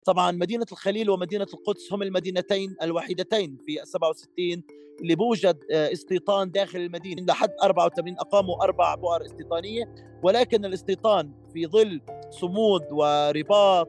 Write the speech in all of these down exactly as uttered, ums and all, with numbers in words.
طبعا مدينة الخليل ومدينة القدس هم المدينتين الوحيدتين في السبعة وستين اللي بوجد آه، استيطان داخل المدينة. لحد أربعة وثمانين أقاموا أربع بؤر استيطانية، ولكن الاستيطان في ظل صمود ورباط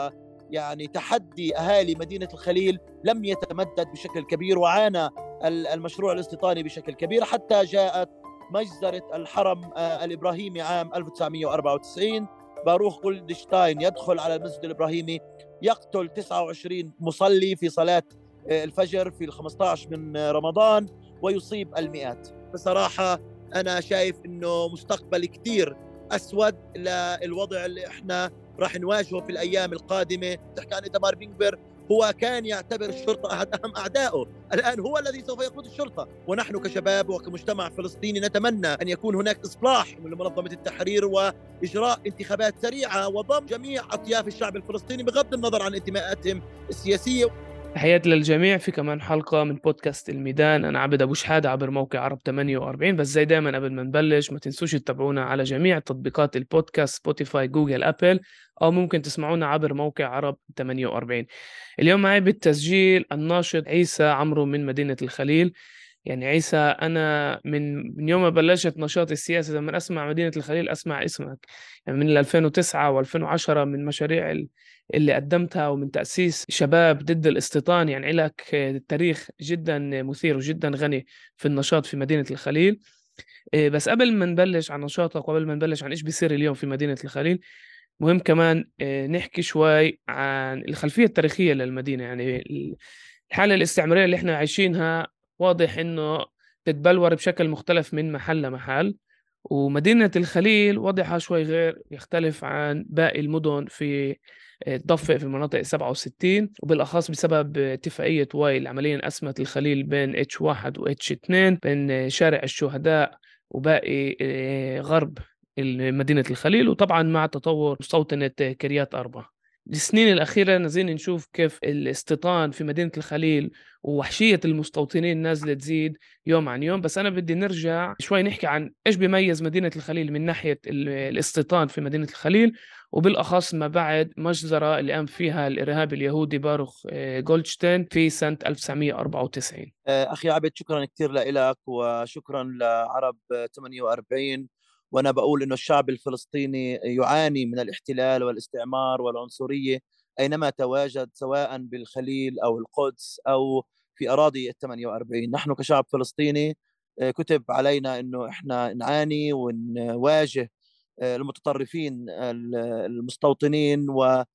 ويعني تحدي أهالي مدينة الخليل لم يتمدد بشكل كبير، وعانى المشروع الاستيطاني بشكل كبير حتى جاءت مجزرة الحرم آه، الإبراهيمي عام ألف وتسعمئة وأربعة وتسعين. باروخ جولدشتاين يدخل على المسجد الإبراهيمي، يقتل تسعة وعشرين مصلي في صلاة الفجر في الخمسة عشر من رمضان، ويصيب المئات. بصراحة أنا شايف أنه مستقبل كتير أسود للوضع اللي إحنا راح نواجهه في الأيام القادمة. تحكي عن إيتمار بن هو كان يعتبر الشرطة أحد أهم أعدائه، الآن هو الذي سوف يقود الشرطة. ونحن كشباب وكمجتمع فلسطيني نتمنى أن يكون هناك إصلاح من منظمة التحرير وإجراء انتخابات سريعة وضم جميع أطياف الشعب الفلسطيني بغض النظر عن انتماءاتهم السياسية. تحياتي للجميع في كمان حلقة من بودكاست الميدان. أنا عبد أبو شحادة عبر موقع عرب ثمانية وأربعين. بس زي دايما قبل ما نبلش ما تنسوش تتابعونا على جميع تطبيقات البودكاست، سبوتيفاي، جوجل، أبل، أو ممكن تسمعونا عبر موقع عرب ثمانية وأربعين. اليوم معي بالتسجيل الناشط عيسى عمرو من مدينة الخليل. يعني عيسى، أنا من من يوم ما بلشت نشاطي السياسي لما أسمع مدينة الخليل أسمع اسمك. يعني من ألفين وتسعة وألفين وعشرة من مشاريع اللي قدمتها ومن تأسيس شباب ضد الاستيطان. يعني لك تاريخ جدا مثير وجدا غني في النشاط في مدينة الخليل. إيه، بس قبل ما نبلش عن نشاطك وقبل ما نبلش عن إيش بيصير اليوم في مدينة الخليل، مهم كمان إيه، نحكي شوي عن الخلفية التاريخية للمدينة. يعني الحالة الاستعمارية اللي احنا عايشينها واضح إنه تتبلور بشكل مختلف من محل لمحل، ومدينة الخليل وضعها شوي غير، يختلف عن باقي المدن في الضفة في المناطق سبعة وستين، وبالأخص بسبب اتفاقية واي اللي عمليا قسمت الخليل بين اتش واحد و اتش اثنين، بين شارع الشهداء وباقي آه، غرب مدينة الخليل، وطبعا مع تطور مستوطنة كريات أربعة. السنين الأخيرة نزين نشوف كيف الاستيطان في مدينة الخليل ووحشية المستوطنين نازلة تزيد يوم عن يوم. بس أنا بدي نرجع شوي نحكي عن إيش بيميز مدينة الخليل من ناحية ال- الاستيطان في مدينة الخليل، وبالأخص ما بعد مجزرة اللي قام فيها الإرهابي اليهودي باروخ آه، جولدشتين في سنة ألف وتسعمئة وأربعة وتسعين. آه، أخي عبد، شكرا كثير لك وشكرا لعرب ثمانية وأربعين. وأنا بقول إنه الشعب الفلسطيني يعاني من الاحتلال والاستعمار والعنصرية أينما تواجد، سواء بالخليل أو القدس أو في أراضي ال ثمانية وأربعين. نحن كشعب فلسطيني آه، كتب علينا إنه إحنا نعاني ونواجه آه، المتطرفين ال- المستوطنين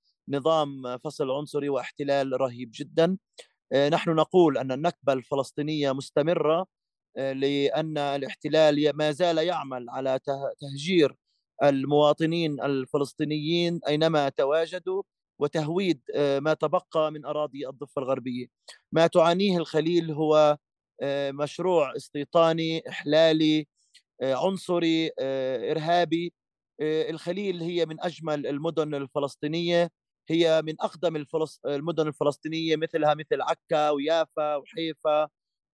ونظام فصل عنصري واحتلال رهيب جدا. آه، نحن نقول أن النكبة الفلسطينية مستمرة، آه، لأن الاحتلال ما زال يعمل على ته- تهجير المواطنين الفلسطينيين أينما تواجدوا، وتهويد آه، ما تبقى من أراضي الضفة الغربية. ما تعانيه الخليل هو آه، مشروع استيطاني إحلالي آه، عنصري آه، إرهابي. آه، الخليل هي من أجمل المدن الفلسطينية، هي من أقدم الفلس... المدن الفلسطينية، مثلها مثل عكا ويافا وحيفا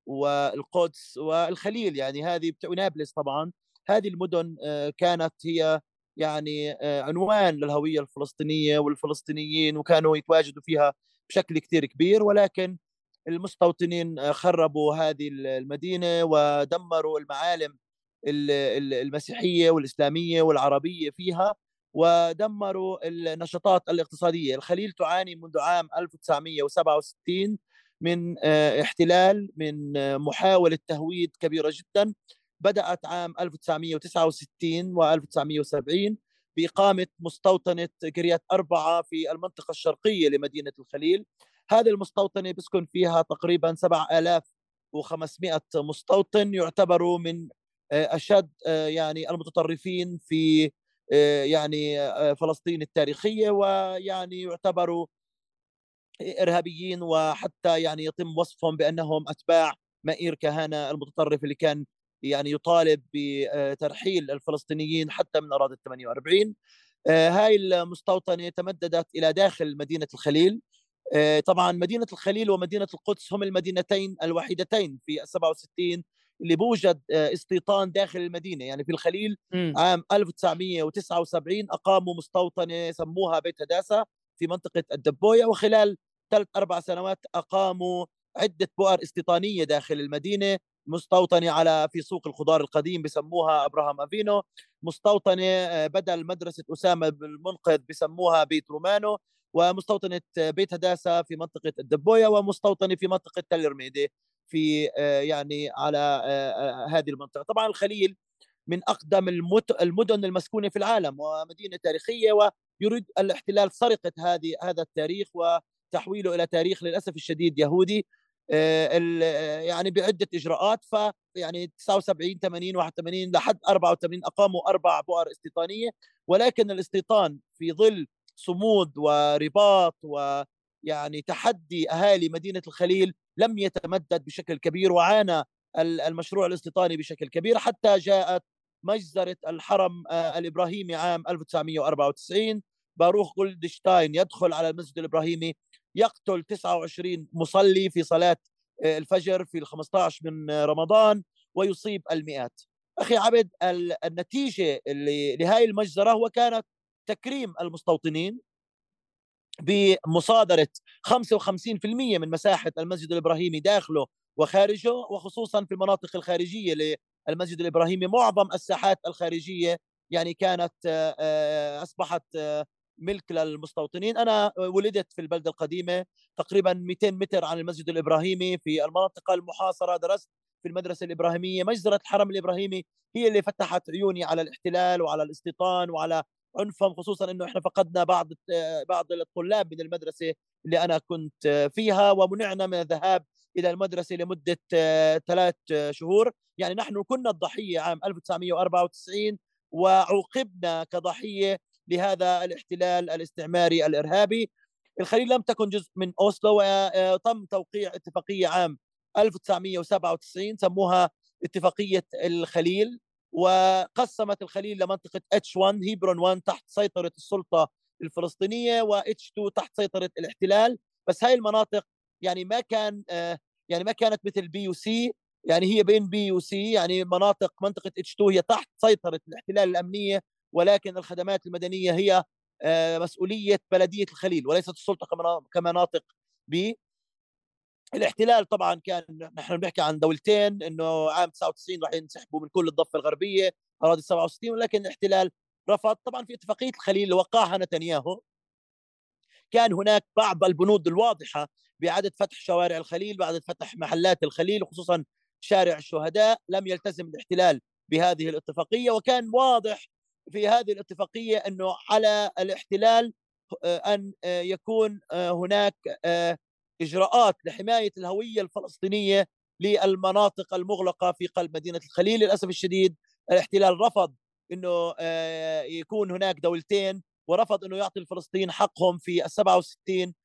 والقدس والخليل. يعني هذه بت- ونابلس طبعا. هذه المدن آه، كانت هي يعني آه، عنوان للهوية الفلسطينية والفلسطينيين، وكانوا يتواجدوا فيها بشكل كثير كبير. ولكن المستوطنين آه، خربوا هذه المدينة ودمروا المعالم ال- ال- المسيحية والإسلامية والعربية فيها، ودمروا النشاطات الاقتصادية. الخليل تعاني منذ عام ألف وتسعمئة وسبعة وستين من آه، احتلال، من آه، محاولة تهويد كبيرة جدا. بدأت عام ألف وتسعمئة وتسعة وستين و1970 بإقامة مستوطنة قرية أربعة في المنطقة الشرقية لمدينة الخليل. هذه المستوطنة بسكن فيها تقريبا سبعة آلاف وخمسمئة مستوطن، يعتبروا من آه، أشد آه، يعني المتطرفين في آه، يعني آه، فلسطين التاريخية، ويعني يعتبروا إرهابيين، وحتى يعني يتم وصفهم بأنهم أتباع مائير كهانة المتطرف اللي كان يعني يطالب بترحيل الفلسطينيين حتى من أراضي ثمانية وأربعين. آه، هاي المستوطنة تمددت إلى داخل مدينة الخليل. آه، طبعا مدينة الخليل ومدينة القدس هم المدينتين الوحيدتين في السبعة وستين اللي بوجد آه، استيطان داخل المدينة. يعني في الخليل امم عام ألف وتسعمئة وتسعة وسبعين أقاموا مستوطنة سموها بيت هداسة، في منطقة الدبوية، وخلال ثلاث أربع سنوات أقاموا عدة بؤر استيطانية داخل المدينة، مستوطنة على في سوق الخضار القديم بسموها أبراهام أفينو، مستوطنة بدل مدرسة أسامة المنقذ بسموها بيت رومانو، ومستوطنة بيت هداسة في منطقة الدبوية، ومستوطنة في منطقة تل رميدة في يعني على هذه المنطقة. طبعا الخليل من أقدم المدن المسكونة في العالم ومدينة تاريخية، ويريد الاحتلال سرقة هذه هذا التاريخ وتحويله إلى تاريخ للأسف الشديد يهودي، يعني بعدة إجراءات. ف يعني تسعة وسبعين ثمانين واحد وثمانين لحد أربعة وثمانين أقاموا أربع بؤر استيطانية، ولكن الاستيطان في ظل صمود ورباط ويعني تحدي أهالي مدينة الخليل لم يتمدد بشكل كبير، وعانى المشروع الاستيطاني بشكل كبير حتى جاءت مجزرة الحرم الإبراهيمي عام ألف وتسعمئة وأربعة وتسعين. باروخ جولدشتاين يدخل على المسجد الإبراهيمي، يقتل تسعة وعشرين مصلي في صلاة الفجر في الخمسة عشر من رمضان، ويصيب المئات. أخي عبد، النتيجة لهذه المجزرة هو كانت تكريم المستوطنين بمصادرة خمسة وخمسين بالمئة من مساحة المسجد الإبراهيمي داخله وخارجه، وخصوصا في المناطق الخارجية للمسجد الإبراهيمي. معظم الساحات الخارجية يعني كانت أصبحت ملك للمستوطنين. أنا ولدت في البلدة القديمة تقريبا مئتين متر عن المسجد الإبراهيمي في المنطقة المحاصرة، درست في المدرسة الإبراهيمية. مجزرة الحرم الإبراهيمي هي اللي فتحت عيوني على الاحتلال وعلى الاستيطان وعلى عنفهم، خصوصا انه احنا فقدنا بعض بعض الطلاب من المدرسه اللي انا كنت فيها، ومنعنا من الذهاب الى المدرسه لمده ثلاث شهور. يعني نحن كنا الضحيه عام ألف وتسعمئة وأربعة وتسعين، وعوقبنا كضحيه لهذا الاحتلال الاستعماري الارهابي. الخليل لم تكن جزء من اوسلو، وتم توقيع اتفاقيه عام ألف وتسعمئة وسبعة وتسعين سموها اتفاقيه الخليل، وقسمت الخليل لمنطقة إتش واحد هيبرون واحد تحت سيطرة السلطة الفلسطينية، وإتش اثنين تحت سيطرة الاحتلال. بس هاي المناطق يعني ما كان يعني ما كانت مثل بي يو سي، يعني هي بين بي يو سي، يعني مناطق منطقة إتش اثنين هي تحت سيطرة الاحتلال الأمنية، ولكن الخدمات المدنية هي مسؤولية بلدية الخليل وليست السلطة كمناطق بي. الاحتلال طبعا كان، نحن بنحكي عن دولتين، انه عام تسعة وتسعين راح ينسحبوا من كل الضفه الغربيه اراضي سبعة وستين، ولكن الاحتلال رفض. طبعا في اتفاقيه الخليل اللي وقعها نتنياهو كان هناك بعض البنود الواضحه باعاده فتح شوارع الخليل، باعاده فتح محلات الخليل، خصوصا شارع الشهداء. لم يلتزم الاحتلال بهذه الاتفاقيه، وكان واضح في هذه الاتفاقيه انه على الاحتلال ان يكون هناك إجراءات لحماية الهوية الفلسطينية للمناطق المغلقة في قلب مدينة الخليل. للأسف الشديد الاحتلال رفض أنه يكون هناك دولتين، ورفض أنه يعطي الفلسطينيين حقهم في السبعة وستين،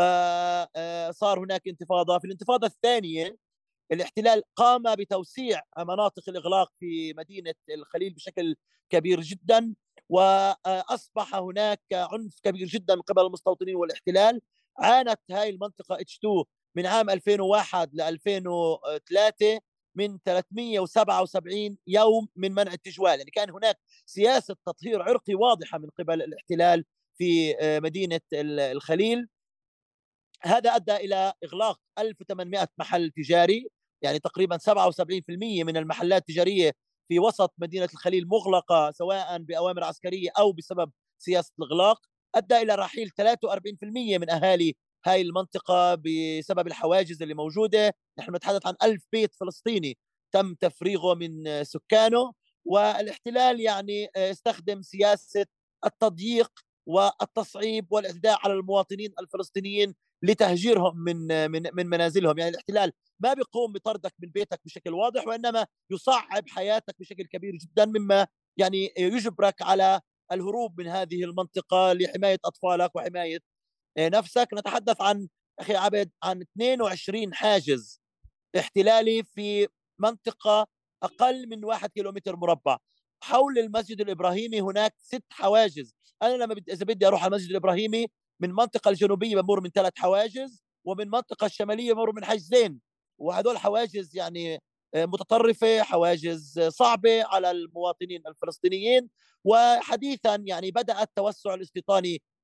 فصار هناك انتفاضة. في الانتفاضة الثانية الاحتلال قام بتوسيع مناطق الإغلاق في مدينة الخليل بشكل كبير جدا، وأصبح هناك عنف كبير جدا من قبل المستوطنين والاحتلال. عانت هاي المنطقة إتش اثنين من عام ألفين وواحد ل ألفين وثلاثة من ثلاثمئة وسبعة وسبعين يوم من منع التجوال. يعني كان هناك سياسة تطهير عرقي واضحة من قبل الاحتلال في مدينة الخليل. هذا أدى إلى إغلاق ألف وثمانمئة محل تجاري، يعني تقريبا سبعة وسبعين بالمئة من المحلات التجارية في وسط مدينة الخليل مغلقة سواء بأوامر عسكرية أو بسبب سياسة الإغلاق. أدى إلى رحيل ثلاثة وأربعين بالمئة من أهالي هاي المنطقة بسبب الحواجز اللي موجودة. نحن نتحدث عن ألف بيت فلسطيني تم تفريغه من سكانه، والاحتلال يعني استخدم سياسة التضييق والتصعيب والاعتداء على المواطنين الفلسطينيين لتهجيرهم من من من منازلهم. يعني الاحتلال ما بيقوم بطردك من بيتك بشكل واضح، وانما يصعب حياتك بشكل كبير جدا، مما يعني يجبرك على الهروب من هذه المنطقة لحماية أطفالك وحماية نفسك. نتحدث عن أخي عبد عن اثنين وعشرين حاجز احتلالي في منطقة أقل من واحد كيلومتر مربع. حول المسجد الإبراهيمي هناك ست حواجز. أنا لما بدي إذا بدي أروح على المسجد الإبراهيمي من المنطقة الجنوبية بمر من ثلاث حواجز، ومن المنطقة الشمالية بمر من حاجزين، وهدول حواجز يعني متطرفة، حواجز صعبة على المواطنين الفلسطينيين. وحديثا يعني بدأ التوسع الاستيطاني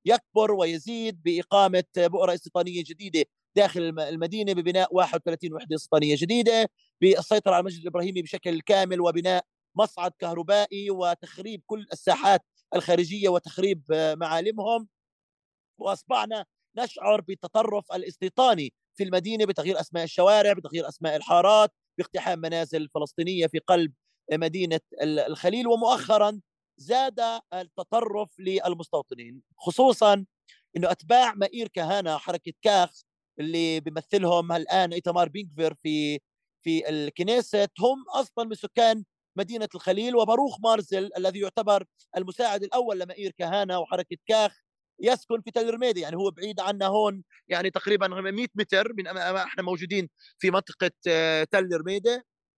يكبر ويزيد بإقامة بؤرة استيطانية جديدة داخل المدينة، ببناء واحد وثلاثين وحدة استيطانية جديدة، بالسيطرة على المسجد الإبراهيمي بشكل كامل، وبناء مصعد كهربائي، وتخريب كل الساحات الخارجية وتخريب معالمهم. وأصبحنا نشعر بالتطرف الاستيطاني في المدينة، بتغيير أسماء الشوارع، بتغيير أسماء الحارات، باقتحام منازل فلسطينية في قلب مدينة الخليل. ومؤخرا زاد التطرف للمستوطنين، خصوصا أنه أتباع مائير كهانة حركة كاخ اللي بيمثلهم الآن إيتمار بينكفير في في الكنيست هم أصلا من سكان مدينة الخليل. وباروخ مارزل الذي يعتبر المساعد الأول لمائير كهانة وحركة كاخ يسكن في تل رميدي، يعني هو بعيد عنا هون يعني تقريبا مئة متر من احنا موجودين في منطقة تل رميدي.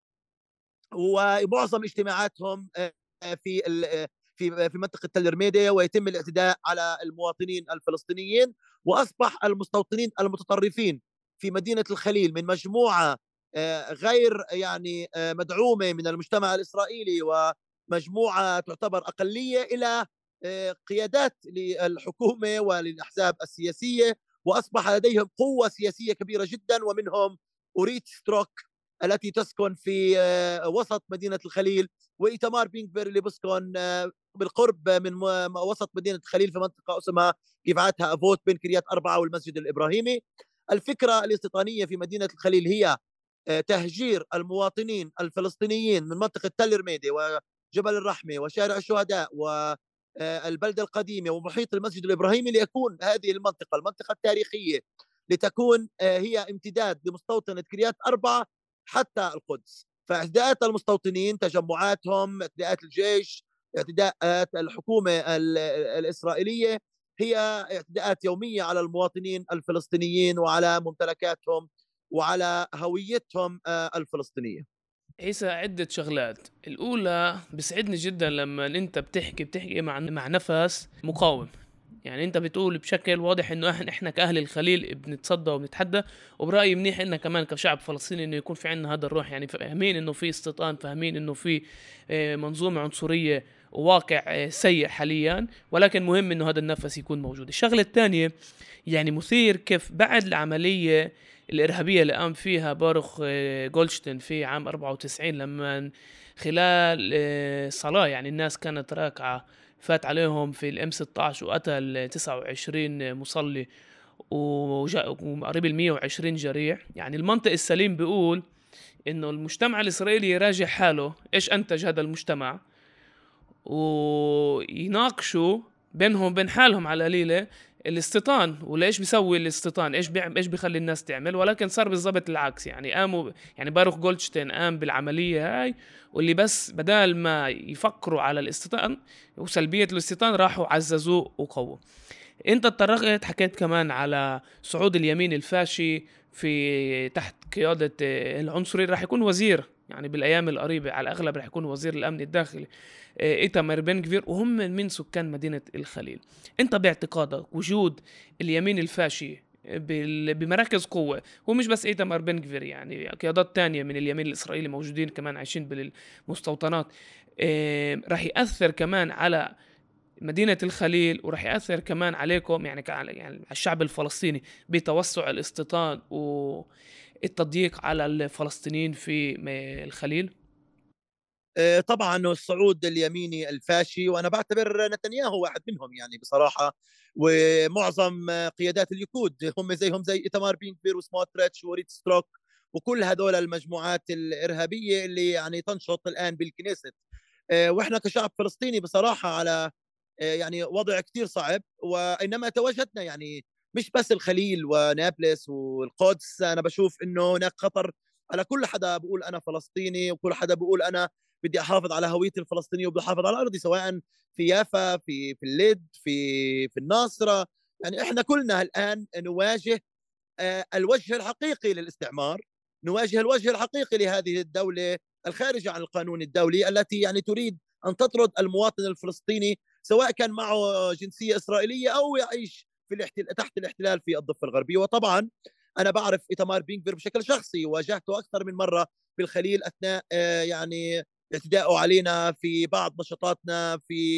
ومعظم اجتماعاتهم في في في منطقة تل رميدي، ويتم الاعتداء على المواطنين الفلسطينيين. واصبح المستوطنين المتطرفين في مدينة الخليل من مجموعة غير يعني مدعومة من المجتمع الإسرائيلي ومجموعة تعتبر أقلية إلى قيادات للحكومة وللأحزاب السياسية، وأصبح لديهم قوة سياسية كبيرة جدا، ومنهم أوريت ستروك التي تسكن في وسط مدينة الخليل، وإيتمار بينكفير اللي بسكن بالقرب من وسط مدينة الخليل في منطقة اسمها جبعتها أفوت بين كريات أربعة والمسجد الإبراهيمي. الفكرة الاستيطانية في مدينة الخليل هي تهجير المواطنين الفلسطينيين من منطقة تل رميدي وجبل الرحمة وشارع الشهداء والبلدة القديمة ومحيط المسجد الإبراهيمي، ليكون هذه المنطقة المنطقة التاريخية لتكون هي امتداد لمستوطنة كريات أربعة حتى القدس. فاعتداءات المستوطنين، تجمعاتهم، اعتداءات الجيش، اعتداءات الحكومة الإسرائيلية هي اعتداءات يومية على المواطنين الفلسطينيين وعلى ممتلكاتهم وعلى هويتهم الفلسطينية. عيسى، عدة شغلات. الأولى بسعدني جدا لما أنت بتحكي بتحكي مع مع نفس مقاوم، يعني أنت بتقول بشكل واضح إنه إحنا إحنا كأهل الخليل بنتصدى وبنتحدى، وبرأيي منيح إننا كمان كشعب فلسطيني إنه يكون في عنا هذا الروح، يعني فاهمين إنه في استيطان، فاهمين إنه في منظومة عنصرية وواقع سيء حاليا، ولكن مهم إنه هذا النفس يكون موجود. الشغلة الثانية يعني مثير كيف بعد العملية الإرهابية اللي قام فيها باروخ جولدشتين في عام أربعة وتسعين، لما خلال صلاة يعني الناس كانت راكعة فات عليهم في الام ستة عشر وقتل تسعة وعشرين مصلي وقريب ال مئة وعشرين جريح. يعني المنطق السليم بيقول إنه المجتمع الإسرائيلي يراجع حاله إيش أنتج هذا المجتمع، ويناقشوا بينهم بين حالهم على ليلة الاستيطان وليش بيسوي الاستيطان، ايش بيعمل، ايش بيخلي الناس تعمل. ولكن صار بالضبط العكس، يعني قاموا يعني باروخ جولدشتين قام بالعملية هاي، واللي بس بدال ما يفكروا على الاستيطان وسلبية الاستيطان راحوا عززوه وقووا. انت اتطرقت حكيت كمان على صعود اليمين الفاشي في تحت قيادة العنصري، راح يكون وزير يعني بالايام القريبة على الاغلب راح يكون وزير الامن الداخلي إيتمار بن-غفير، وهم من سكان مدينة الخليل. انت باعتقادك وجود اليمين الفاشي بمراكز قوة، هو مش بس إيتمار بن-غفير، يعني قيادات تانية من اليمين الإسرائيلي موجودين كمان عايشين بالمستوطنات، إيه راح يأثر كمان على مدينة الخليل، وراح يأثر كمان عليكم يعني يعني على الشعب الفلسطيني بتوسع الاستيطان والتضييق على الفلسطينيين في الخليل؟ طبعا الصعود اليميني الفاشي، وانا بعتبر نتنياهو واحد منهم يعني بصراحه، ومعظم قيادات اليكود هم زيهم زي إيتمار بن-غفير وسموتريتش وريت ستروك وكل هذول المجموعات الارهابيه اللي يعني تنشط الان بالكنيست. واحنا كشعب فلسطيني بصراحه على يعني وضع كثير صعب، وانما تواجدنا يعني مش بس الخليل ونابلس والقدس. انا بشوف انه هناك خطر على كل حدا بقول انا فلسطيني، وكل حدا بقول انا بدي احافظ على هويتي الفلسطينيه وبدي احافظ على ارضي، سواء في يافا، في في الليد، في في الناصره. يعني احنا كلنا الان نواجه الوجه الحقيقي للاستعمار، نواجه الوجه الحقيقي لهذه الدوله الخارجه عن القانون الدولي، التي يعني تريد ان تطرد المواطن الفلسطيني سواء كان معه جنسيه اسرائيليه او يعيش في الاحتلال تحت الاحتلال في الضفه الغربيه. وطبعا انا بعرف إيتمار بن-غفير بشكل شخصي، واجهته اكثر من مره بالخليل اثناء يعني اعتداءه علينا في بعض نشاطاتنا في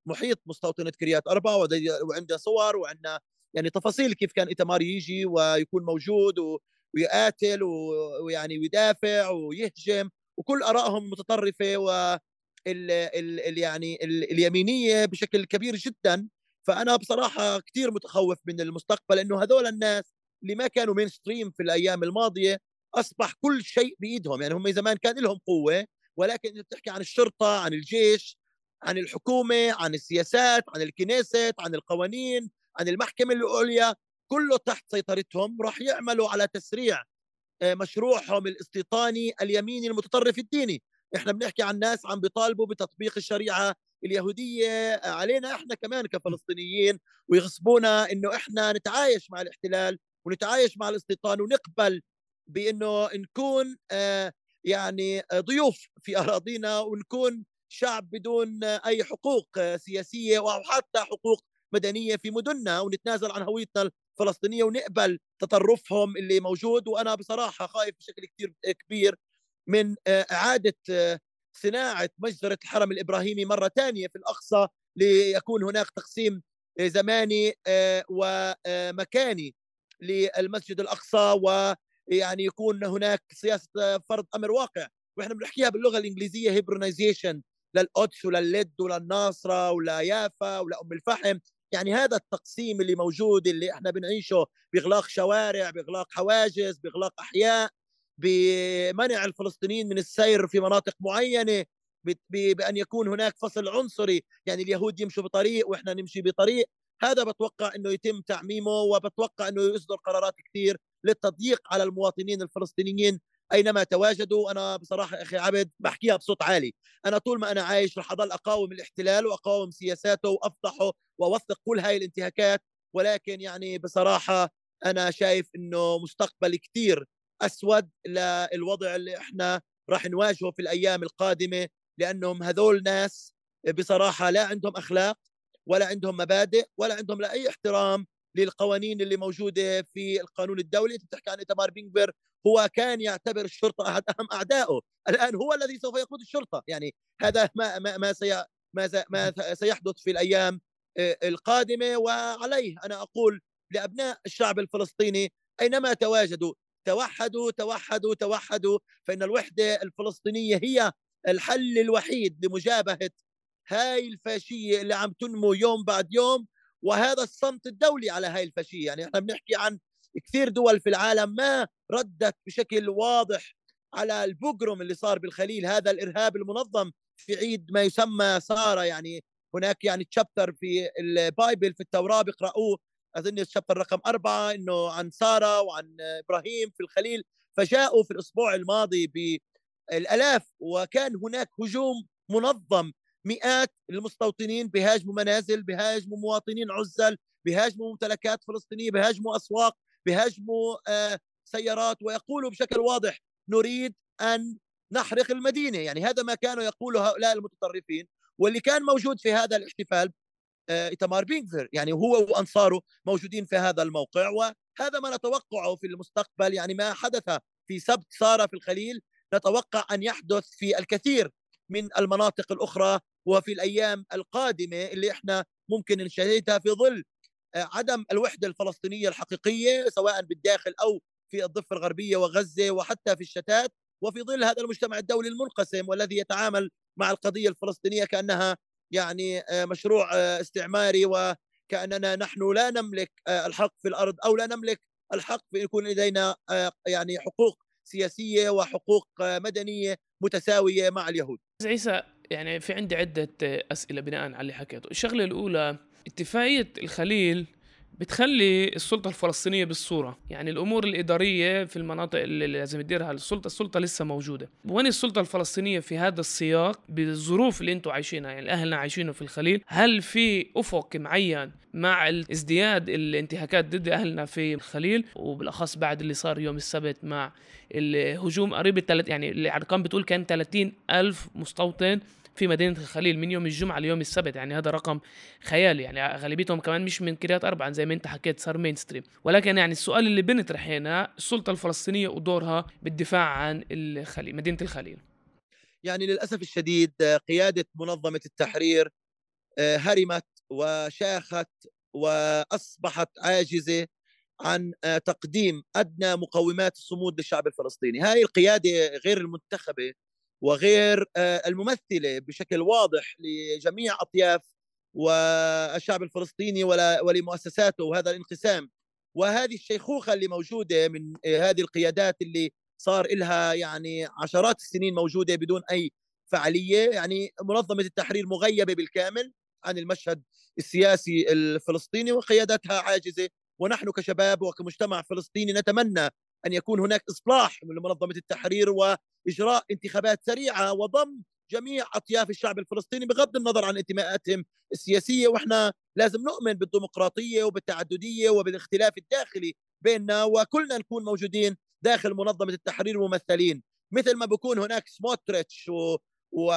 محيط مستوطنة كريات أربع، وعندنا صور وعندنا يعني تفاصيل كيف كان إيتمار يجي ويكون موجود ويقاتل ويعني ويدافع ويهجم، وكل آرائهم متطرفة و ال ال ال يعني ال اليمينية بشكل كبير جدا. فأنا بصراحة كتير متخوف من المستقبل، إنه هذول الناس اللي ما كانوا مين ستريم في الأيام الماضية أصبح كل شيء بإيدهم. يعني هم زمان كان لهم قوة، ولكن أنت بتحكي عن الشرطة، عن الجيش، عن الحكومة، عن السياسات، عن الكنيست، عن القوانين، عن المحكمة العليا، كله تحت سيطرتهم. راح يعملوا على تسريع مشروعهم الاستيطاني اليميني المتطرف الديني. احنا بنحكي عن ناس عم بيطالبوا بتطبيق الشريعة اليهودية علينا احنا كمان كفلسطينيين، ويغصبونا انه احنا نتعايش مع الاحتلال ونتعايش مع الاستيطان، ونقبل بانه نكون آه يعني ضيوف في اراضينا، ونكون شعب بدون اي حقوق سياسية او حتى حقوق مدنية في مدننا، ونتنازل عن هويتنا الفلسطينية ونقبل تطرفهم اللي موجود. وأنا بصراحة خايف بشكل كتير كبير من إعادة صناعة مجزرة الحرم الإبراهيمي مرة ثانية في الأقصى، ليكون هناك تقسيم زماني ومكاني للمسجد الأقصى، ويعني يكون هناك سياسة فرض أمر واقع. وإحنا بنحكيها باللغة الإنجليزية هيبرونايزيشن للقدس وللد وللناصرة وليافا ولأم الفحم. يعني هذا التقسيم اللي موجود اللي احنا بنعيشه بإغلاق شوارع، بإغلاق حواجز، بإغلاق أحياء، بمنع الفلسطينيين من السير في مناطق معينة، بأن يكون هناك فصل عنصري، يعني اليهود يمشوا بطريق وإحنا نمشي بطريق. هذا بتوقع أنه يتم تعميمه، وبتوقع أنه يصدر قرارات كثير للتضييق على المواطنين الفلسطينيين أينما تواجدوا. أنا بصراحة أخي عبد بحكيها بصوت عالي، أنا طول ما أنا عايش رح أضل أقاوم الاحتلال وأقاوم سياساته وأفضحه وأوثق كل هاي الانتهاكات. ولكن يعني بصراحة أنا شايف أنه مستقبل كتير أسود للوضع اللي إحنا راح نواجهه في الأيام القادمة، لأنهم هذول ناس بصراحة لا عندهم أخلاق ولا عندهم مبادئ ولا عندهم لا أي احترام للقوانين اللي موجودة في القانون الدولي. تحكي عن إيتمار بن غفير، هو كان يعتبر الشرطة أحد أهم أعدائه، الآن هو الذي سوف يقود الشرطة. يعني هذا ما ما ما, سي ما, ما سيحدث في الأيام القادمة. وعليه أنا أقول لأبناء الشعب الفلسطيني أينما تواجدوا، توحدوا توحدوا توحدوا، فإن الوحدة الفلسطينية هي الحل الوحيد لمجابهة هاي الفاشية اللي عم تنمو يوم بعد يوم، وهذا الصمت الدولي على هاي الفاشية. يعني احنا بنحكي عن كثير دول في العالم ما ردت بشكل واضح على البوغروم اللي صار بالخليل، هذا الإرهاب المنظم في عيد ما يسمى سارة. يعني هناك يعني تشابتر في البايبل في التوراة بيقرأوه، أظن الشابتر رقم أربعة، إنه عن سارة وعن إبراهيم في الخليل. فجاءوا في الأسبوع الماضي بالآلاف، وكان هناك هجوم منظم، مئات المستوطنين بهاجموا منازل، بهاجموا مواطنين عزل، بهاجموا ممتلكات فلسطينية، بهاجموا أسواق، بهاجموا آه سيارات، ويقولوا بشكل واضح نريد أن نحرق المدينة. يعني هذا ما كانوا يقوله هؤلاء المتطرفين، واللي كان موجود في هذا الاحتفال آه إيتمار بن غفير، يعني هو وأنصاره موجودين في هذا الموقع. وهذا ما نتوقعه في المستقبل، يعني ما حدث في سبت سارة في الخليل نتوقع أن يحدث في الكثير من المناطق الأخرى وفي الأيام القادمة اللي احنا ممكن نشاهدها في ظل عدم الوحدة الفلسطينية الحقيقية، سواء بالداخل أو في الضفة الغربية وغزة وحتى في الشتات، وفي ظل هذا المجتمع الدولي المنقسم والذي يتعامل مع القضية الفلسطينية كأنها يعني مشروع استعماري، وكأننا نحن لا نملك الحق في الأرض أو لا نملك الحق في يكون لدينا يعني حقوق سياسية وحقوق مدنية متساوية مع اليهود. عيسى، يعني في عندي عدة أسئلة بناء على اللي حكيته. الشغلة الأولى، اتفاقية الخليل بتخلي السلطة الفلسطينية بالصورة، يعني الأمور الإدارية في المناطق اللي لازم تديرها السلطة السلطة لسه موجودة. وين السلطة الفلسطينية في هذا السياق بالظروف اللي انتم عايشينها، يعني أهلنا عايشينه في الخليل؟ هل في أفق معين مع ازدياد الانتهاكات ضد أهلنا في الخليل، وبالأخص بعد اللي صار يوم السبت مع الهجوم قريب الثلاث، يعني الأرقام بتقول كان ثلاثين ألف مستوطن في مدينة الخليل من يوم الجمعة ليوم السبت، يعني هذا رقم خيالي، يعني غالبيتهم كمان مش من كريات أربعة زي ما انت حكيت صار مين ستريم. ولكن يعني السؤال اللي بنطرح هنا السلطة الفلسطينية ودورها بالدفاع عن الخليل، مدينة الخليل. يعني للأسف الشديد قيادة منظمة التحرير هرمت وشاخت وأصبحت عاجزة عن تقديم أدنى مقومات الصمود للشعب الفلسطيني. هذه القيادة غير المنتخبة وغير الممثلة بشكل واضح لجميع أطياف والشعب الفلسطيني ولمؤسساته، وهذا الانقسام وهذه الشيخوخة اللي موجودة من هذه القيادات اللي صار لها يعني عشرات السنين موجودة بدون أي فعالية. يعني منظمة التحرير مغيبة بالكامل عن المشهد السياسي الفلسطيني وقيادتها عاجزة، ونحن كشباب وكمجتمع فلسطيني نتمنى أن يكون هناك إصلاح من منظمة التحرير وإجراء انتخابات سريعة وضم جميع أطياف الشعب الفلسطيني بغض النظر عن انتماءاتهم السياسية. وإحنا لازم نؤمن بالديمقراطية وبالتعددية وبالاختلاف الداخلي بيننا، وكلنا نكون موجودين داخل منظمة التحرير ممثلين، مثل ما بكون هناك سموتريتش و, و...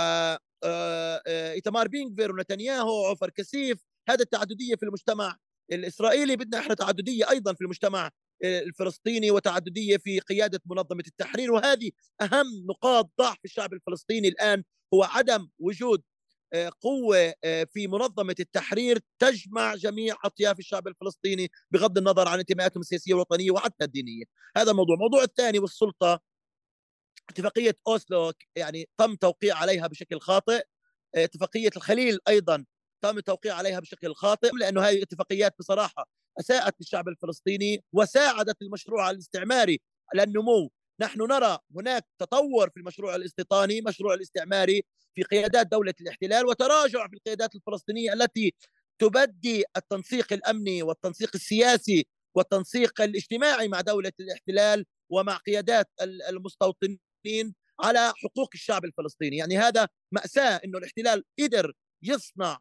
إيتمار بينغفير ونتنياهو وعفر كسيف. هذا التعددية في المجتمع الإسرائيلي، بدنا إحنا تعددية أيضا في المجتمع الفلسطيني وتعددية في قيادة منظمة التحرير. وهذه أهم نقاط ضعف الشعب الفلسطيني الآن، هو عدم وجود قوة في منظمة التحرير تجمع جميع أطياف الشعب الفلسطيني بغض النظر عن انتماءاتهم السياسية والوطنية وحتى الدينية. هذا موضوع. موضوع الثاني والسلطة، اتفاقية أوسلو يعني تم توقيع عليها بشكل خاطئ. اتفاقية الخليل أيضا تم التوقيع عليها بشكل خاطئ، لأنه هذه الاتفاقيات بصراحة أساءت للشعب الفلسطيني وساعدت المشروع الاستعماري على النمو. نحن نرى هناك تطور في المشروع الاستيطاني، مشروع الاستعماري في قيادات دولة الاحتلال، وتراجع في القيادات الفلسطينية التي تبدي التنسيق الأمني والتنسيق السياسي والتنسيق الاجتماعي مع دولة الاحتلال ومع قيادات المستوطنين على حقوق الشعب الفلسطيني. يعني هذا مأساة إنه الاحتلال قدر يصنع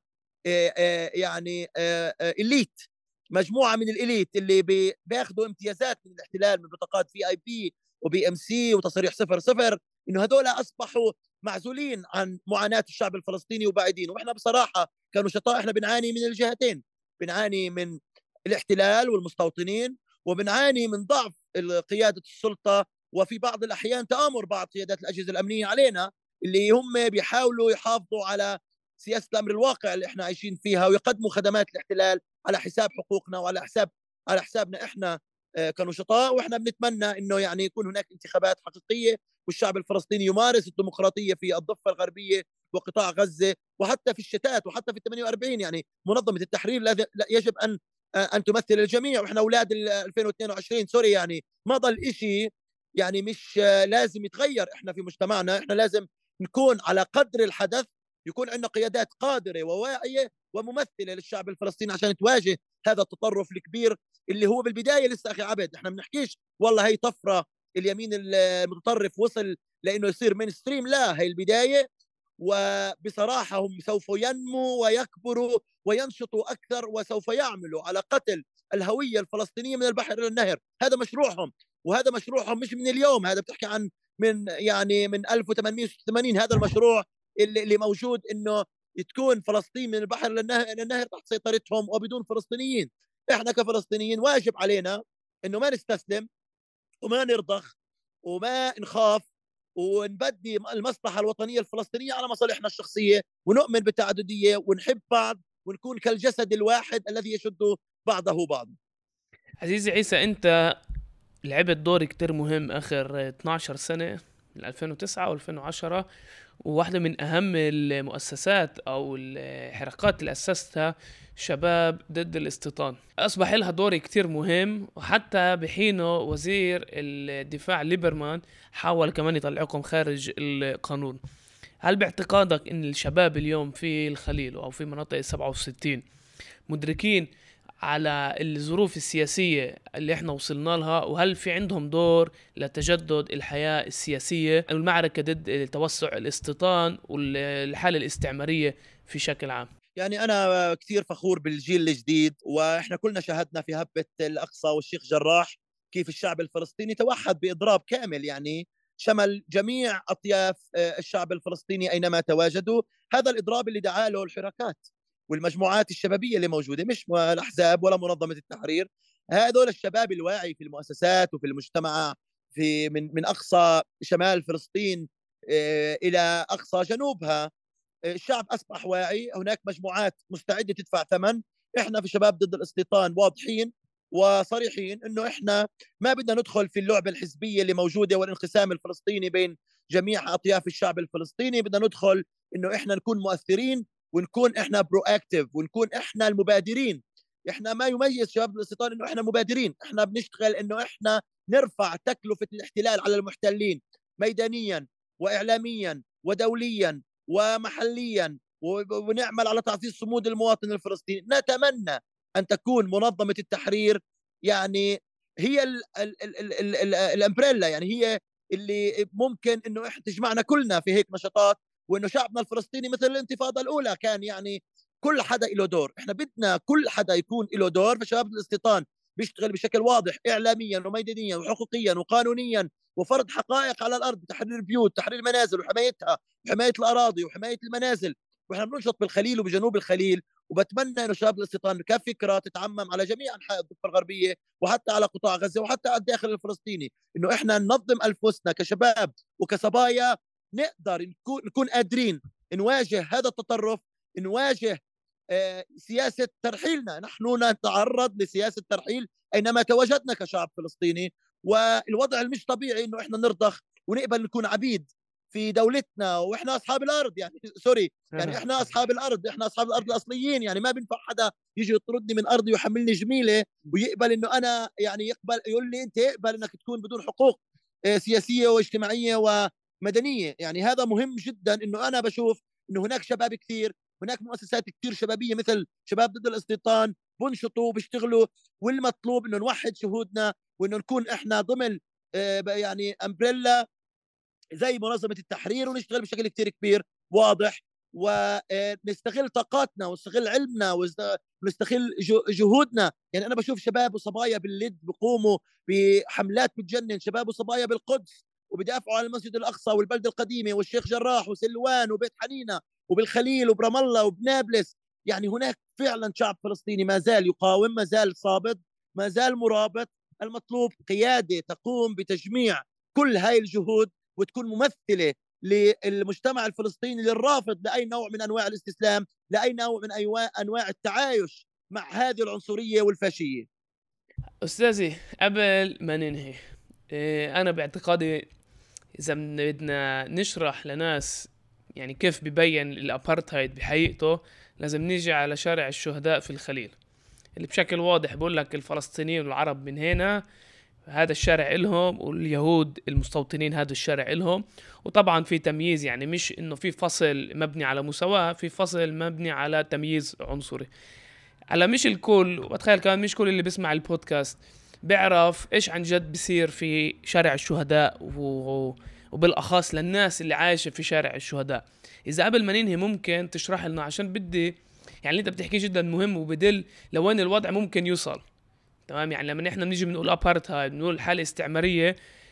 يعني إليت، مجموعة من الإليت اللي بياخذوا امتيازات من الاحتلال من بطاقات في آي بي وبي ام سي وتصريح صفر صفر، إنه هذول أصبحوا معزولين عن معاناة الشعب الفلسطيني وبعيدين. وإحنا بصراحة كنشطاء إحنا بنعاني من الجهتين، بنعاني من الاحتلال والمستوطنين، وبنعاني من ضعف قيادة السلطة، وفي بعض الأحيان تآمر بعض قيادات الأجهزة الأمنية علينا اللي هم بيحاولوا يحافظوا على سياسة الأمر الواقع اللي احنا عايشين فيها ويقدموا خدمات الاحتلال على حساب حقوقنا وعلى حساب على حسابنا احنا كنشطاء. واحنا بنتمنى انه يعني يكون هناك انتخابات حقيقية والشعب الفلسطيني يمارس الديمقراطية في الضفة الغربية وقطاع غزة وحتى في الشتات وحتى في ثمانية وأربعين. يعني منظمة التحرير يجب أن أن تمثل الجميع، وإحنا أولاد ألفين واثنين وعشرين سوري. يعني ما ضل إشي يعني مش لازم يتغير. إحنا في مجتمعنا إحنا لازم نكون على قدر الحدث، يكون عندنا قيادات قادرة وواعية وممثلة للشعب الفلسطيني عشان تواجه هذا التطرف الكبير اللي هو بالبداية لسه أخي عبد إحنا بنحكيش والله هي طفرة اليمين المتطرف وصل لأنه يصير مين ستريم، لا، هي البداية. وبصراحة هم سوف ينموا ويكبروا وينشطوا أكثر وسوف يعملوا على قتل الهوية الفلسطينية من البحر إلى النهر. هذا مشروعهم، وهذا مشروعهم مش من اليوم، هذا بتحكي عن من يعني من ألف وثمانمئة وستة وثمانين. هذا المشروع اللي, اللي موجود إنه تكون فلسطين من البحر إلى النهر, إلى النهر تحت سيطرتهم وبدون فلسطينيين. إحنا كفلسطينيين واجب علينا إنه ما نستسلم وما نرضخ وما نخاف، ونبدي المصلحة الوطنية الفلسطينية على مصالحنا الشخصية، ونؤمن بالتعددية ونحب بعض ونكون كالجسد الواحد الذي يشد بعضه بعضا. عزيزي عيسى، أنت لعبت دور كتير مهم آخر اثنتي عشرة سنة من ألفين وتسعة وألفين وعشرة، وواحدة من أهم المؤسسات أو الحركات اللي أسستها شباب ضد الاستيطان. أصبح لها دور كتير مهم، وحتى بحينه وزير الدفاع ليبرمان حاول كمان يطلعكم خارج القانون. هل باعتقادك أن الشباب اليوم في الخليل أو في مناطق سبعة وستين مدركين على الظروف السياسية اللي احنا وصلنا لها، وهل في عندهم دور لتجدد الحياة السياسية والمعركة ضد توسع الاستيطان والحالة الاستعمارية في شكل عام؟ يعني أنا كثير فخور بالجيل الجديد، وإحنا كلنا شاهدنا في هبة الأقصى والشيخ جراح كيف الشعب الفلسطيني توحد بإضراب كامل، يعني شمل جميع أطياف الشعب الفلسطيني أينما تواجدوا. هذا الإضراب اللي دعا له الحركات والمجموعات الشبابية اللي موجودة، مش الأحزاب ولا منظمة التحرير. هذول الشباب الواعي في المؤسسات وفي المجتمع في من من أقصى شمال فلسطين إلى أقصى جنوبها، الشعب أصبح واعي، هناك مجموعات مستعدة تدفع ثمن. إحنا في شباب ضد الاستيطان واضحين وصريحين إنه إحنا ما بدنا ندخل في اللعبة الحزبية اللي موجودة والانقسام الفلسطيني بين جميع أطياف الشعب الفلسطيني. بدنا ندخل إنه إحنا نكون مؤثرين ونكون إحنا برو أكتيف ونكون إحنا المبادرين. إحنا ما يميز شباب الاستيطان إنه إحنا مبادرين، إحنا بنشتغل إنه إحنا نرفع تكلفة الاحتلال على المحتلين ميدانيا وإعلاميا ودوليا ومحليا، ونعمل على تعزيز صمود المواطن الفلسطيني. نتمنى أن تكون منظمة التحرير يعني هي الامبريلا، يعني هي اللي ممكن انه احنا تجمعنا كلنا في هيك نشاطات، وانه شعبنا الفلسطيني مثل الانتفاضه الاولى كان يعني كل حدا له دور. احنا بدنا كل حدا يكون له دور. فشباب الاستيطان بيشتغل بشكل واضح اعلاميا وميدانيا وحقوقيا وقانونيا وفرض حقائق على الارض، تحرير بيوت، تحرير منازل وحمايتها، وحمايه الاراضي وحمايه المنازل. واحنا بننشط بالخليل وبجنوب الخليل. وبتمنى انه شباب الاستيطان كفكره تتعمم على جميع انحاء الضفه الغربيه وحتى على قطاع غزه وحتى على الداخل الفلسطيني، انه احنا ننظم انفسنا كشباب وكصبايا، نقدر نكون نكون قادرين نواجه هذا التطرف، نواجه آه سياسه ترحيلنا. نحن نتعرض لسياسه ترحيل اينما تواجدنا كشعب فلسطيني، والوضع المش طبيعي انه احنا نرضخ ونقبل نكون عبيد في دولتنا واحنا اصحاب الارض. يعني سوري، يعني احنا اصحاب الارض، احنا اصحاب الارض الاصليين. يعني ما بينفع حدا يجي يطردني من ارضي ويحملني جميله ويقبل انه انا يعني يقبل يقول لي انت اقبل انك تكون بدون حقوق سياسيه واجتماعيه ومدنيه. يعني هذا مهم جدا. انه انا بشوف انه هناك شباب كثير، هناك مؤسسات كثير شبابيه مثل شباب ضد الاستيطان بنشطوا وبيشتغلوا، والمطلوب انه نوحد شهودنا وانه نكون احنا ضمن يعني امبريلا زي منظمة التحرير، ونشتغل بشكل كتير كبير واضح، ونستغل طاقاتنا ونستغل علمنا ونستغل جهودنا. يعني أنا بشوف شباب وصبايا باللد بيقوموا بحملات بتجنن، شباب وصبايا بالقدس وبدافعوا عن المسجد الأقصى والبلدة القديمة والشيخ جراح وسلوان وبيت حنينة وبالخليل وبرام الله وبنابلس. يعني هناك فعلا شعب فلسطيني ما زال يقاوم، ما زال صابد، ما زال مرابط. المطلوب قيادة تقوم بتجميع كل هاي الجهود وتكون ممثلة للمجتمع الفلسطيني للرافض لأي نوع من أنواع الاستسلام، لأي نوع من أنواع التعايش مع هذه العنصرية والفاشية. أستاذي قبل ما ننهي، أنا باعتقادي إذا بدنا نشرح لناس يعني كيف بيبين الأبارتهايد بحقيقته، لازم نيجي على شارع الشهداء في الخليل اللي بشكل واضح بقول لك الفلسطينيين والعرب من هنا هذا الشارع إلهم، واليهود المستوطنين هذا الشارع إلهم. وطبعا في تمييز، يعني مش إنه في فصل مبني على مساواة، في فصل مبني على تمييز عنصري. على مش الكل، وبتخيل كمان مش كل اللي بيسمع البودكاست بيعرف إيش عن جد بيصير في شارع الشهداء، و... وبالأخص للناس اللي عايشة في شارع الشهداء. إذا قبل ما ننهي ممكن تشرح لنا، عشان بدي يعني اللي أنت بتحكي جدا مهم وبدل لوين الوضع ممكن يوصل. تمام، يعني لما نحن بنيجي بنقول ابارتهايد بنقول حالة استعمارية،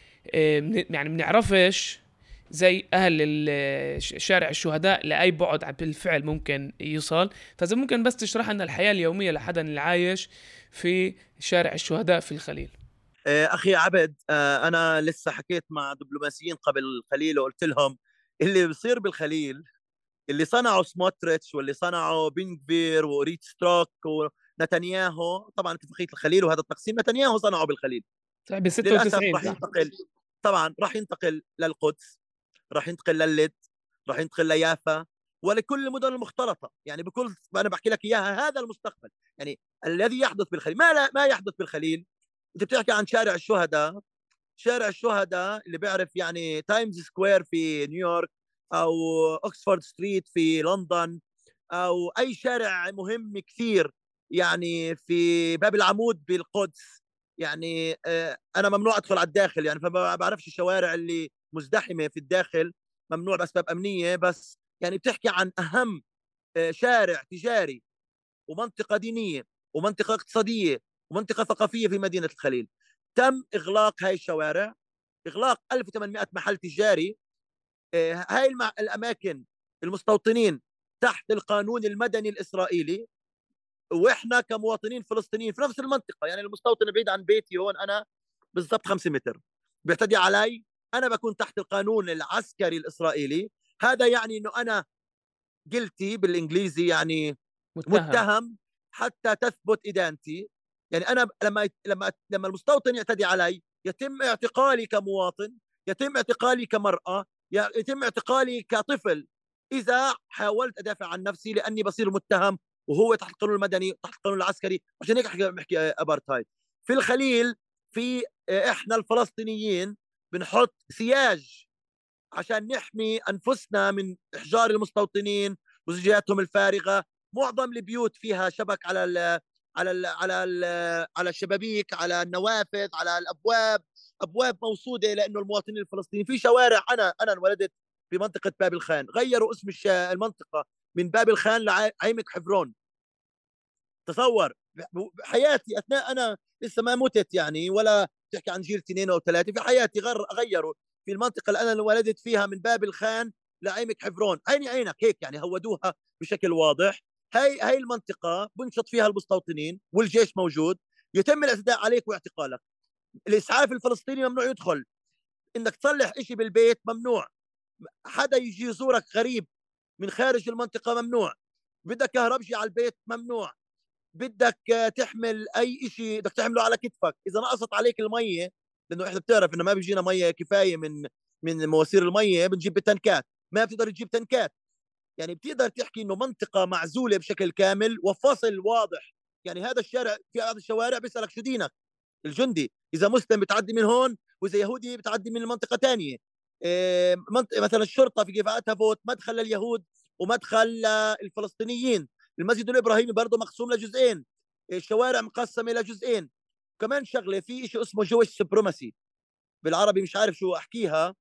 يعني بنعرفش زي اهل شارع الشهداء لاي بعد بالفعل ممكن يوصل. فاذا ممكن بس تشرح لنا الحياة اليومية لحدا اللي عايش في شارع الشهداء في الخليل. اخي عبد، انا لسه حكيت مع دبلوماسيين قبل الخليل وقلت لهم اللي بيصير بالخليل اللي صنعوا سموتريتش واللي صنعوا بنغفير وريت ستروك ونتنياهو، طبعا اتفاقيه الخليل وهذا التقسيم نتنياهو صنعوا بالخليل. صح، ب ستة للاسف وتسعين راح ينتقل، طبعا راح ينتقل للقدس، راح ينتقل للد، راح ينتقل ليافا ولكل المدن المختلطه. يعني بكل انا بحكي لك اياها هذا المستقبل. يعني الذي يحدث بالخليل ما لا ما يحدث بالخليل. انت بتحكي عن شارع الشهداء، شارع الشهداء اللي بيعرف يعني تايمز سكوير في نيويورك او اوكسفورد ستريت في لندن او اي شارع مهم كثير يعني في باب العمود بالقدس. يعني انا ممنوع ادخل على الداخل، يعني فما بعرفش الشوارع اللي مزدحمه في الداخل، ممنوع باسباب امنيه. بس يعني بتحكي عن اهم شارع تجاري ومنطقه دينيه ومنطقه اقتصاديه ومنطقه ثقافيه في مدينه الخليل. تم اغلاق هاي الشوارع، اغلاق ألف وثمانمائة محل تجاري. هاي الاماكن المستوطنين تحت القانون المدني الاسرائيلي، واحنا كمواطنين فلسطينيين في نفس المنطقه. يعني المستوطن بعيد عن بيتي هون انا بالضبط خمسة متر بيعتدي علي، انا بكون تحت القانون العسكري الاسرائيلي. هذا يعني انه انا guilty بالانجليزي يعني متهم. متهم حتى تثبت ادانتي. يعني انا لما لما لما المستوطن يعتدي علي يتم اعتقالي كمواطن، يتم اعتقالي كمرأة، يتم اعتقالي كطفل اذا حاولت ادافع عن نفسي، لاني بصير متهم وهو تحت القانون المدني تحت القانون العسكري. عشان هيك بحكي ابارتهايد. في الخليل في احنا الفلسطينيين بنحط سياج عشان نحمي انفسنا من احجار المستوطنين وزجاجاتهم الفارغه. معظم البيوت فيها شبك على ال على ال على ال على الشبابيك، على النوافذ، على الابواب، ابواب موصوده لانه المواطنين الفلسطينيين. في شوارع، انا انا انولدت في منطقه باب الخان، غيروا اسم المنطقه من باب الخان لعيمك حفرون. تصور حياتي اثناء انا لسه ما متت يعني، ولا تحكي عن جيل اثنين او ثلاثه، في حياتي غير غيروا في المنطقه اللي انا ولدت فيها من باب الخان لعيمك حفرون. عيني عينك هيك يعني هودوها بشكل واضح. هاي هاي المنطقه بنشط فيها المستوطنين والجيش موجود، يتم الاعتداء عليك واعتقالك. الاسعاف الفلسطيني ممنوع يدخل، انك تصلح شيء بالبيت ممنوع، حدا يجي يزورك غريب من خارج المنطقه ممنوع، بدك كهربجي على البيت ممنوع، بدك تحمل اي شيء بدك تحمله على كتفك. اذا نقصت عليك الميه، لانه احنا بتعرف انه ما بيجينا ميه كفايه من من مواسير الميه، بنجيب بتنكات، ما بتقدر تجيب تنكات. يعني بتقدر تحكي انه منطقه معزوله بشكل كامل وفصل واضح. يعني هذا الشارع، في بعض الشوارع بيسالك شو دينك الجندي، اذا مسلم بتعدي من هون، واذا يهودي بتعدي من المنطقه ثانيه. إيه مثلا الشرطه في كفاءتها فوت مدخل لليهود ومدخل للفلسطينيين. المسجد الابراهيمي برضه مقسوم لجزئين، الشوارع مقسمه لجزئين. كمان شغله، في شيء اسمه جويش سبروماسي بالعربي، مش عارف شو احكيها،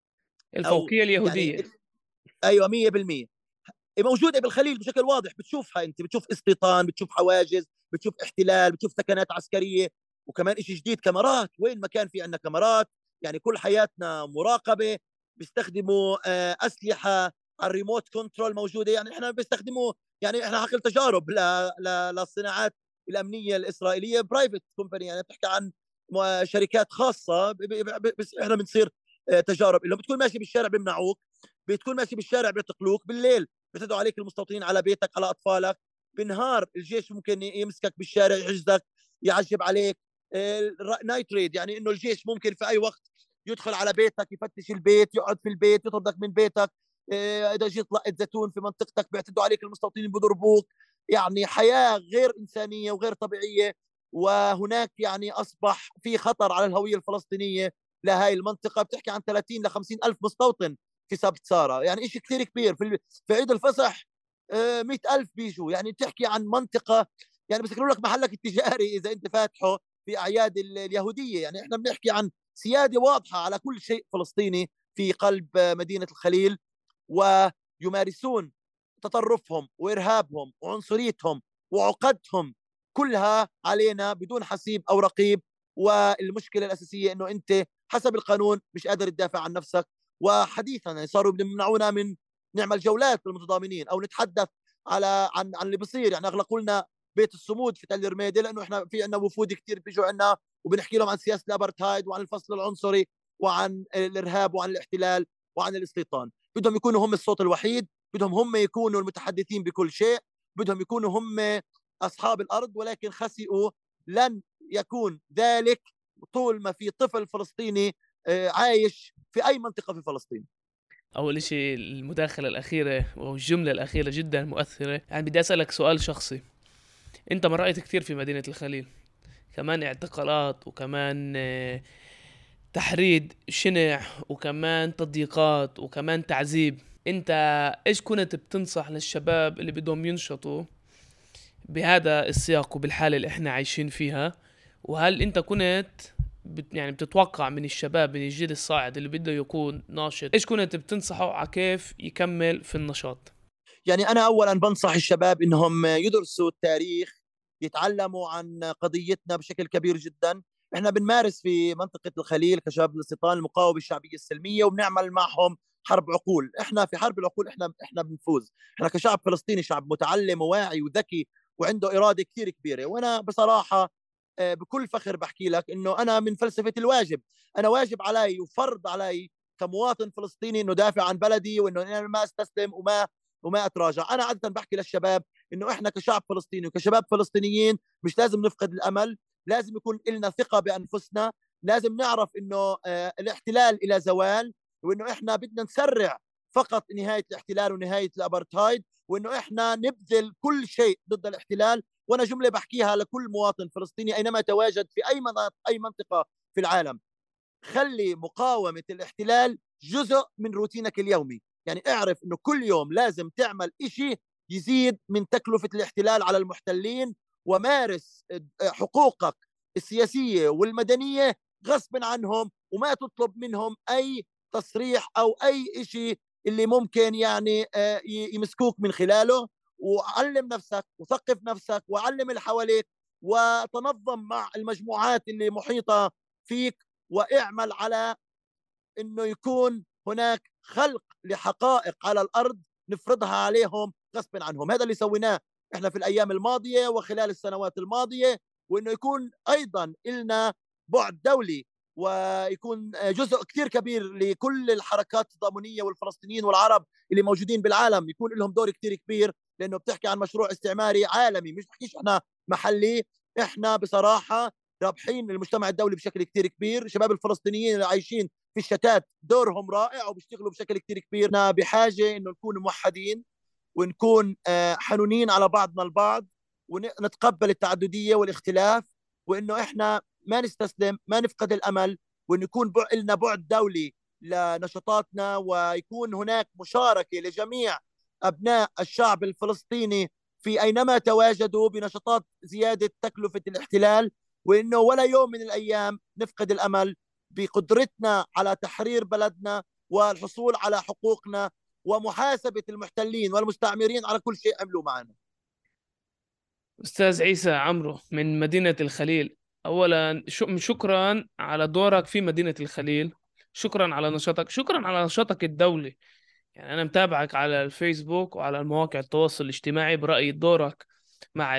او الفوقيه يعني اليهوديه. ايوه مية بالمية موجوده بالخليل بشكل واضح، بتشوفها انت، بتشوف استيطان، بتشوف حواجز، بتشوف احتلال، بتشوف سكنات عسكريه. وكمان شيء جديد، كاميرات، وين ما كان في عندنا كاميرات. يعني كل حياتنا مراقبه. بيستخدموا آه، اسلحه على الريموت كنترول موجوده. يعني احنا بيستخدموا، يعني احنا حقل تجارب ل... ل... للصناعات الامنيه الاسرائيليه، برايفت كومباني، يعني بتحكي عن شركات خاصه. ب... ب... بس احنا بنصير آه، تجارب لهم. بتكون ماشي بالشارع بيمنعوك، بتكون ماشي بالشارع بيعتقلوك، بالليل بتدعوا عليك المستوطنين على بيتك على اطفالك، بالنهار الجيش ممكن يمسكك بالشارع يحجزك يعجب عليك. نايت ريد، يعني انه الجيش ممكن في اي وقت يدخل على بيتك، يفتش البيت، يقعد في البيت، يطردك من بيتك. اذا جيت لقيت زيتون في منطقتك بيعتدوا عليك المستوطنين، بضربوك. يعني حياه غير انسانيه وغير طبيعيه. وهناك يعني اصبح في خطر على الهويه الفلسطينيه لهي المنطقه. بتحكي عن ثلاثين ل خمسين الف مستوطن في سبت ساره، يعني شيء كثير كبير. في في عيد الفصح مئة ألف بيجوا. يعني بتحكي عن منطقة، يعني بيسكروا لك محلك التجاري إذا أنت فاتحه في أعياد اليهودية. يعني إحنا بنحكي عن سيادة واضحة على كل شيء فلسطيني في قلب مدينة الخليل، ويمارسون تطرفهم وإرهابهم وعنصريتهم وعقدهم كلها علينا بدون حسيب أو رقيب. والمشكلة الأساسية أنه أنت حسب القانون مش قادر تدافع عن نفسك. وحديثا يعني صاروا بيمنعونا من نعمل جولات بالمتضامنين او نتحدث على عن عن اللي بيصير. يعني اغلقوا لنا بيت الصمود في تل رميدي، لانه احنا في عندنا وفود كثير بيجوا عندنا وبنحكي لهم عن سياسه الابرتهايد وعن الفصل العنصري وعن الارهاب وعن الاحتلال وعن الاستيطان. بدهم يكونوا هم الصوت الوحيد، بدهم هم يكونوا المتحدثين بكل شيء، بدهم يكونوا هم اصحاب الارض. ولكن خسئوا، لن يكون ذلك طول ما في طفل فلسطيني عايش في اي منطقه في فلسطين. أول شيء المداخلة الأخيرة والجملة الأخيرة جدا مؤثرة. يعني بدي أسألك سؤال شخصي، أنت مرأت كتير في مدينة الخليل، كمان اعتقالات وكمان تحريض شنع وكمان تضييقات وكمان تعذيب. أنت إيش كنت بتنصح للشباب اللي بدهم ينشطوا بهذا السياق وبالحالة اللي إحنا عايشين فيها؟ وهل أنت كنت بت يعني بتتوقع من الشباب من الجيل الصاعد اللي بده يكون ناشط، ايش كنت بتنصحه على كيف يكمل في النشاط؟ يعني انا اولا بنصح الشباب انهم يدرسوا التاريخ، يتعلموا عن قضيتنا بشكل كبير جدا. احنا بنمارس في منطقه الخليل كشباب الاستيطان المقاومه الشعبيه السلميه، وبنعمل معهم حرب عقول. احنا في حرب العقول احنا احنا بنفوز. احنا كشعب فلسطيني شعب متعلم وواعي وذكي وعنده اراده كثير كبيره. وانا بصراحه بكل فخر بحكي لك انه انا من فلسفه الواجب. انا واجب علي وفرض علي كمواطن فلسطيني انه دافع عن بلدي، وانه انا ما استسلم وما وما أتراجع. أنا عادة بحكي للشباب إنه إحنا كشعب فلسطيني وكشباب فلسطينيين مش لازم نفقد الأمل، لازم يكون لنا ثقة بأنفسنا، لازم نعرف إنه آه الاحتلال إلى زوال، وإنه إحنا بدنا نسرع فقط نهاية الاحتلال ونهاية الأبرتايد، وإنه إحنا نبذل كل شيء ضد الاحتلال. وأنا جملة بحكيها لكل مواطن فلسطيني أينما تواجد في أي أي منطقة في العالم: خلي مقاومة الاحتلال جزء من روتينك اليومي. يعني اعرف إنه كل يوم لازم تعمل إشي يزيد من تكلفة الاحتلال على المحتلين، ومارس حقوقك السياسية والمدنية غصب عنهم، وما تطلب منهم أي تصريح أو أي إشي اللي ممكن يعني يمسكوك من خلاله. وعلم نفسك وثقف نفسك وعلم اللي حواليك، وتنظم مع المجموعات اللي محيطة فيك، واعمل على انه يكون هناك خلق لحقائق على الارض نفرضها عليهم غصب عنهم. هذا اللي سويناه احنا في الايام الماضيه وخلال السنوات الماضيه، وانه يكون ايضا لنا بعد دولي، ويكون جزء كثير كبير لكل الحركات التضامنيه والفلسطينيين والعرب اللي موجودين بالعالم يكون لهم دور كثير كبير، لانه بتحكي عن مشروع استعماري عالمي، مش بحكيش احنا محلي. احنا بصراحه رابحين المجتمع الدولي بشكل كثير كبير. الشباب الفلسطينيين اللي عايشين في الشتات دورهم رائع وبيشتغلوا بشكل كثير كبير. بحاجه انه نكون موحدين ونكون حنونين على بعضنا البعض، ونتقبل التعدديه والاختلاف، وانه احنا ما نستسلم، ما نفقد الامل، وانه يكون لنا بعد دولي لنشاطاتنا، ويكون هناك مشاركه لجميع ابناء الشعب الفلسطيني في اينما تواجدوا بنشاطات زياده تكلفه الاحتلال، وانه ولا يوم من الايام نفقد الامل بقدرتنا على تحرير بلدنا والحصول على حقوقنا ومحاسبة المحتلين والمستعمرين على كل شيء عملوا معنا. أستاذ عيسى عمرو من مدينة الخليل، أولا شكرا على دورك في مدينة الخليل، شكرا على نشاطك، شكرا على نشاطك الدولي. يعني أنا متابعك على الفيسبوك وعلى المواقع التواصل الاجتماعي، برأيي دورك مع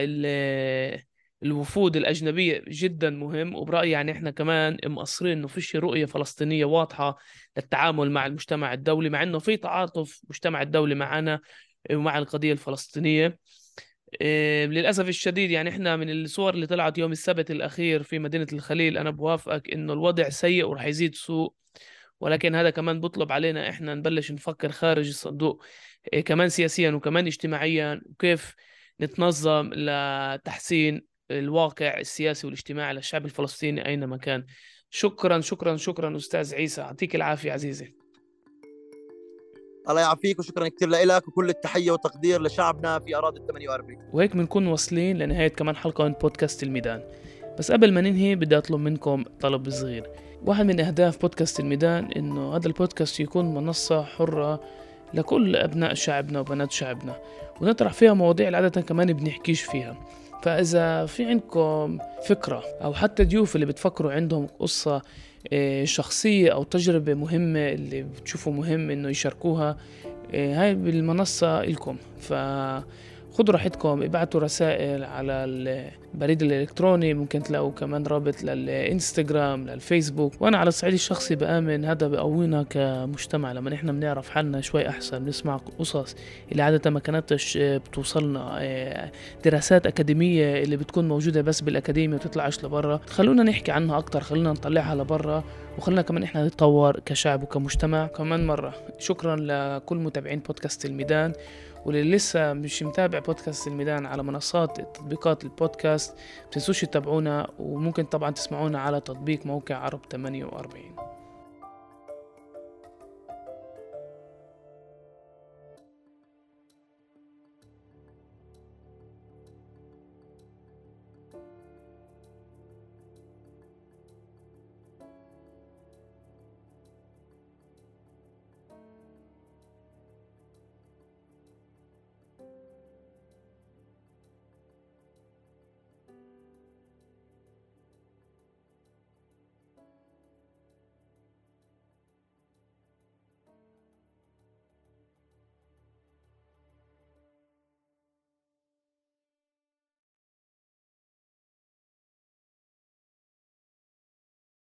الوفود الأجنبية جدا مهم، وبرأيي يعني إحنا كمان مقصرين إنه فيش رؤية فلسطينية واضحة للتعامل مع المجتمع الدولي، مع إنه في تعاطف مجتمع الدولي معنا ومع القضية الفلسطينية. إيه للأسف الشديد يعني إحنا من الصور اللي طلعت يوم السبت الأخير في مدينة الخليل، أنا بوافقك إنه الوضع سيء ورح يزيد سوء، ولكن هذا كمان بطلب علينا إحنا نبلش نفكر خارج الصندوق، إيه كمان سياسيا وكمان اجتماعيا، وكيف نتنظم لتحسين الواقع السياسي والاجتماعي للشعب الفلسطيني أينما كان. شكرا شكرا شكرا أستاذ عيسى، يعطيك العافية عزيزي. الله يعافيك، وشكرا كثير لك، وكل التحية والتقدير لشعبنا في أراضي الثمانية وأربعين. وهيك بنكون واصلين لنهاية كمان حلقة من بودكاست الميدان. بس قبل ما ننهي بدي أطلب منكم طلب صغير. واحد من أهداف بودكاست الميدان إنه هذا البودكاست يكون منصة حرة لكل أبناء شعبنا وبنات شعبنا، ونطرح فيها مواضيع العادة كمان بنحكيش فيها. فإذا في عندكم فكرة أو حتى ضيوف اللي بتفكروا عندهم قصة شخصية أو تجربة مهمة اللي بتشوفوا مهم إنه يشاركوها، هاي بالمنصة لكم، فخذوا راحتكم، ابعتوا رسائل على البريد الإلكتروني، ممكن تلاقوا كمان رابط للإنستغرام للفيسبوك. وأنا على الصعيد الشخصي بآمن هذا بقوينا كمجتمع، لما نحن بنعرف حالنا شوي أحسن، بنسمع قصص اللي عادة ما كانتش بتوصلنا، دراسات أكاديمية اللي بتكون موجودة بس بالأكاديمية وتطلعش لبرا، خلونا نحكي عنها أكتر، خلونا نطلعها لبرا، وخلنا كمان إحنا نتطور كشعب وكمجتمع. كمان مرة شكرا لكل متابعين بودكاست الميدان، واللي لسه مش متابع بودكاست الميدان على منصات تطبيقات البودكاست، متنسوش تتابعونا، وممكن طبعا تسمعونا على تطبيق موقع عرب ثمانية وأربعين.